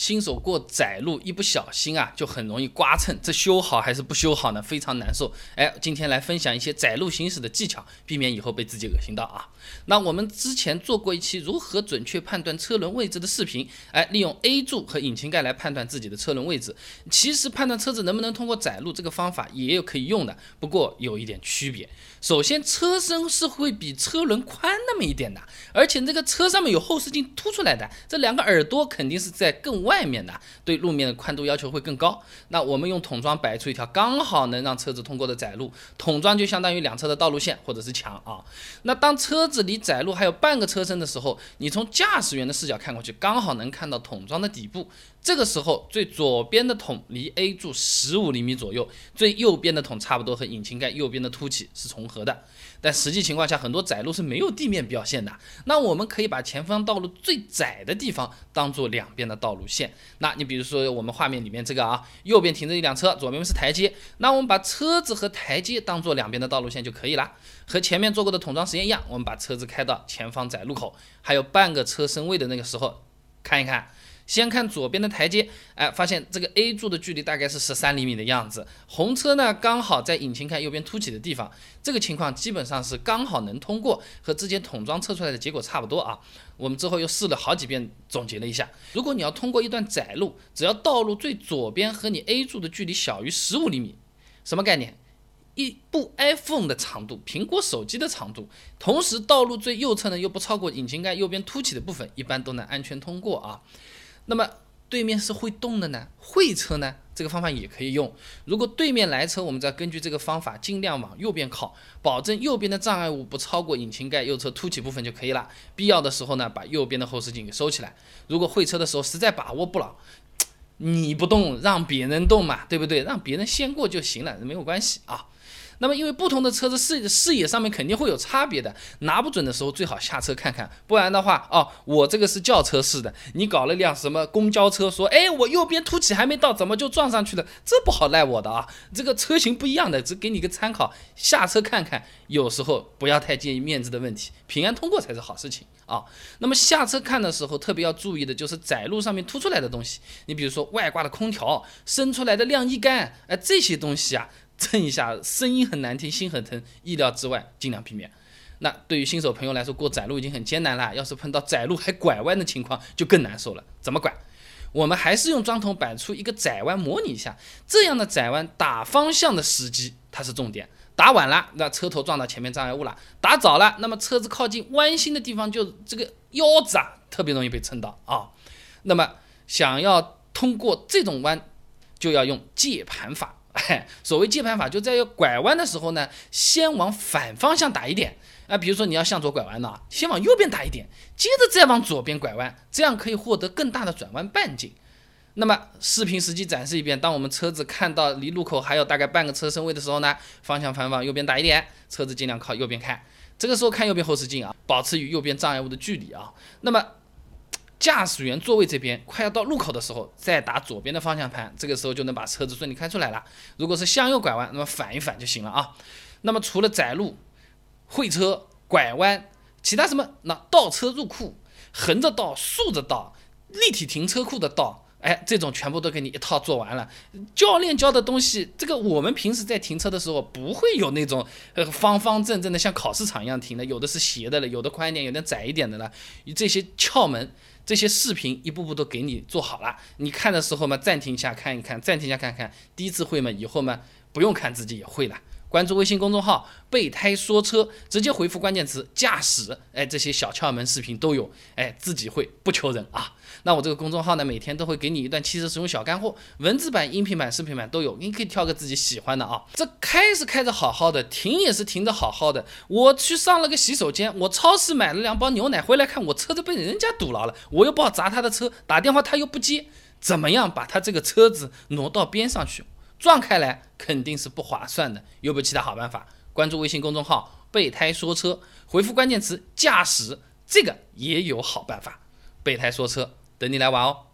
新手过窄路一不小心啊，就很容易刮蹭，这修好还是不修好呢？非常难受。今天来分享一些窄路行驶的技巧，避免以后被自己恶心到啊。那我们之前做过一期如何准确判断车轮位置的视频，利用 A 柱和引擎盖来判断自己的车轮位置。其实判断车子能不能通过窄路这个方法也有可以用的，不过有一点区别。首先，车身是会比车轮宽那么一点的，而且这个车上面有后视镜凸出来的，这两个耳朵肯定是在更外面的，对路面的宽度要求会更高。那我们用桶桩摆出一条刚好能让车子通过的窄路，桶桩就相当于两侧的道路线或者是墙啊。那当车子离窄路还有半个车身的时候，你从驾驶员的视角看过去，刚好能看到桶桩的底部。这个时候，最左边的桶离 A 柱15厘米左右，最右边的桶差不多和引擎盖右边的凸起是重合的。但实际情况下，很多窄路是没有地面表现的。那我们可以把前方道路最窄的地方当做两边的道路线。那你比如说我们画面里面这个啊，右边停着一辆车，左边是台阶。那我们把车子和台阶当做两边的道路线就可以了。和前面做过的桶桩实验一样，我们把车子开到前方窄路口，还有半个车身位的那个时候，看一看。先看左边的台阶，发现这个 A 柱的距离大概是13厘米的样子，红车呢刚好在引擎盖右边凸起的地方，这个情况基本上是刚好能通过，和之前桶桩测出来的结果差不多啊。我们之后又试了好几遍，总结了一下，如果你要通过一段窄路，只要道路最左边和你 A 柱的距离小于15厘米，什么概念？一部 iPhone 的长度，苹果手机的长度，同时道路最右侧呢又不超过引擎盖右边凸起的部分，一般都能安全通过啊。那么对面是会动的呢，会车呢，这个方法也可以用。如果对面来车，我们再根据这个方法尽量往右边靠，保证右边的障碍物不超过引擎盖右侧凸起部分就可以了。必要的时候呢，把右边的后视镜给收起来。如果会车的时候实在把握不了，你不动让别人动嘛，对不对？让别人先过就行了，没有关系啊。那么因为不同的车子视野上面肯定会有差别的，拿不准的时候最好下车看看，不然的话我这个是轿车式的，你搞了辆什么公交车，说我右边凸起还没到，怎么就撞上去了？这不好赖我的啊，这个车型不一样的，只给你个参考，下车看看，有时候不要太介意面子的问题，平安通过才是好事情啊。那么下车看的时候，特别要注意的就是窄路上面凸出来的东西，你比如说外挂的空调，伸出来的晾衣杆，这些东西啊。蹭一下，声音很难听，心很疼，意料之外，尽量避免。那对于新手朋友来说，过窄路已经很艰难了，要是碰到窄路还拐弯的情况，就更难受了。怎么拐？我们还是用桩桶摆出一个窄弯，模拟一下。这样的窄弯打方向的时机，它是重点。打晚了，那车头撞到前面障碍物了；打早了，那么车子靠近弯心的地方，就这个腰子特别容易被蹭到啊。那么想要通过这种弯，就要用借盘法。所谓借盘法，就在要拐弯的时候呢，先往反方向打一点比如说你要向左拐弯呢，先往右边打一点，接着再往左边拐弯，这样可以获得更大的转弯半径。那么视频实际展示一遍，当我们车子看到离路口还有大概半个车身位的时候呢，方向盘往右边打一点，车子尽量靠右边看，这个时候看右边后视镜保持与右边障碍物的距离那么驾驶员座位这边快要到路口的时候，再打左边的方向盘，这个时候就能把车子顺利开出来了。如果是向右拐弯，那么反一反就行了那么除了窄路、会车、拐弯，其他什么那倒车入库、横着倒、竖着倒、立体停车库的倒，这种全部都给你一套做完了。教练教的东西，这个我们平时在停车的时候不会有那种方方正正的像考试场一样停的，有的是斜的了，有的宽一点，有的窄一点的了。这些窍门，这些视频一步步都给你做好了。你看的时候嘛，暂停一下看一看，暂停一下看看。第一次会嘛，以后嘛不用看自己也会了。关注微信公众号备胎说车，直接回复关键词驾驶，这些小窍门视频都有，自己会不求人那我这个公众号呢，每天都会给你一段汽车使用小干货，文字版、音频版、视频版都有，你可以挑个自己喜欢的这开是开着好好的，停也是停着好好的。我去上了个洗手间，我超市买了2包牛奶回来看，我车子被人家堵牢了，我又不好砸他的车，打电话他又不接，怎么样把他这个车子挪到边上去？撞开来肯定是不划算的，有没有其他好办法？关注微信公众号备胎说车，回复关键词驾驶，这个也有好办法。备胎说车，等你来玩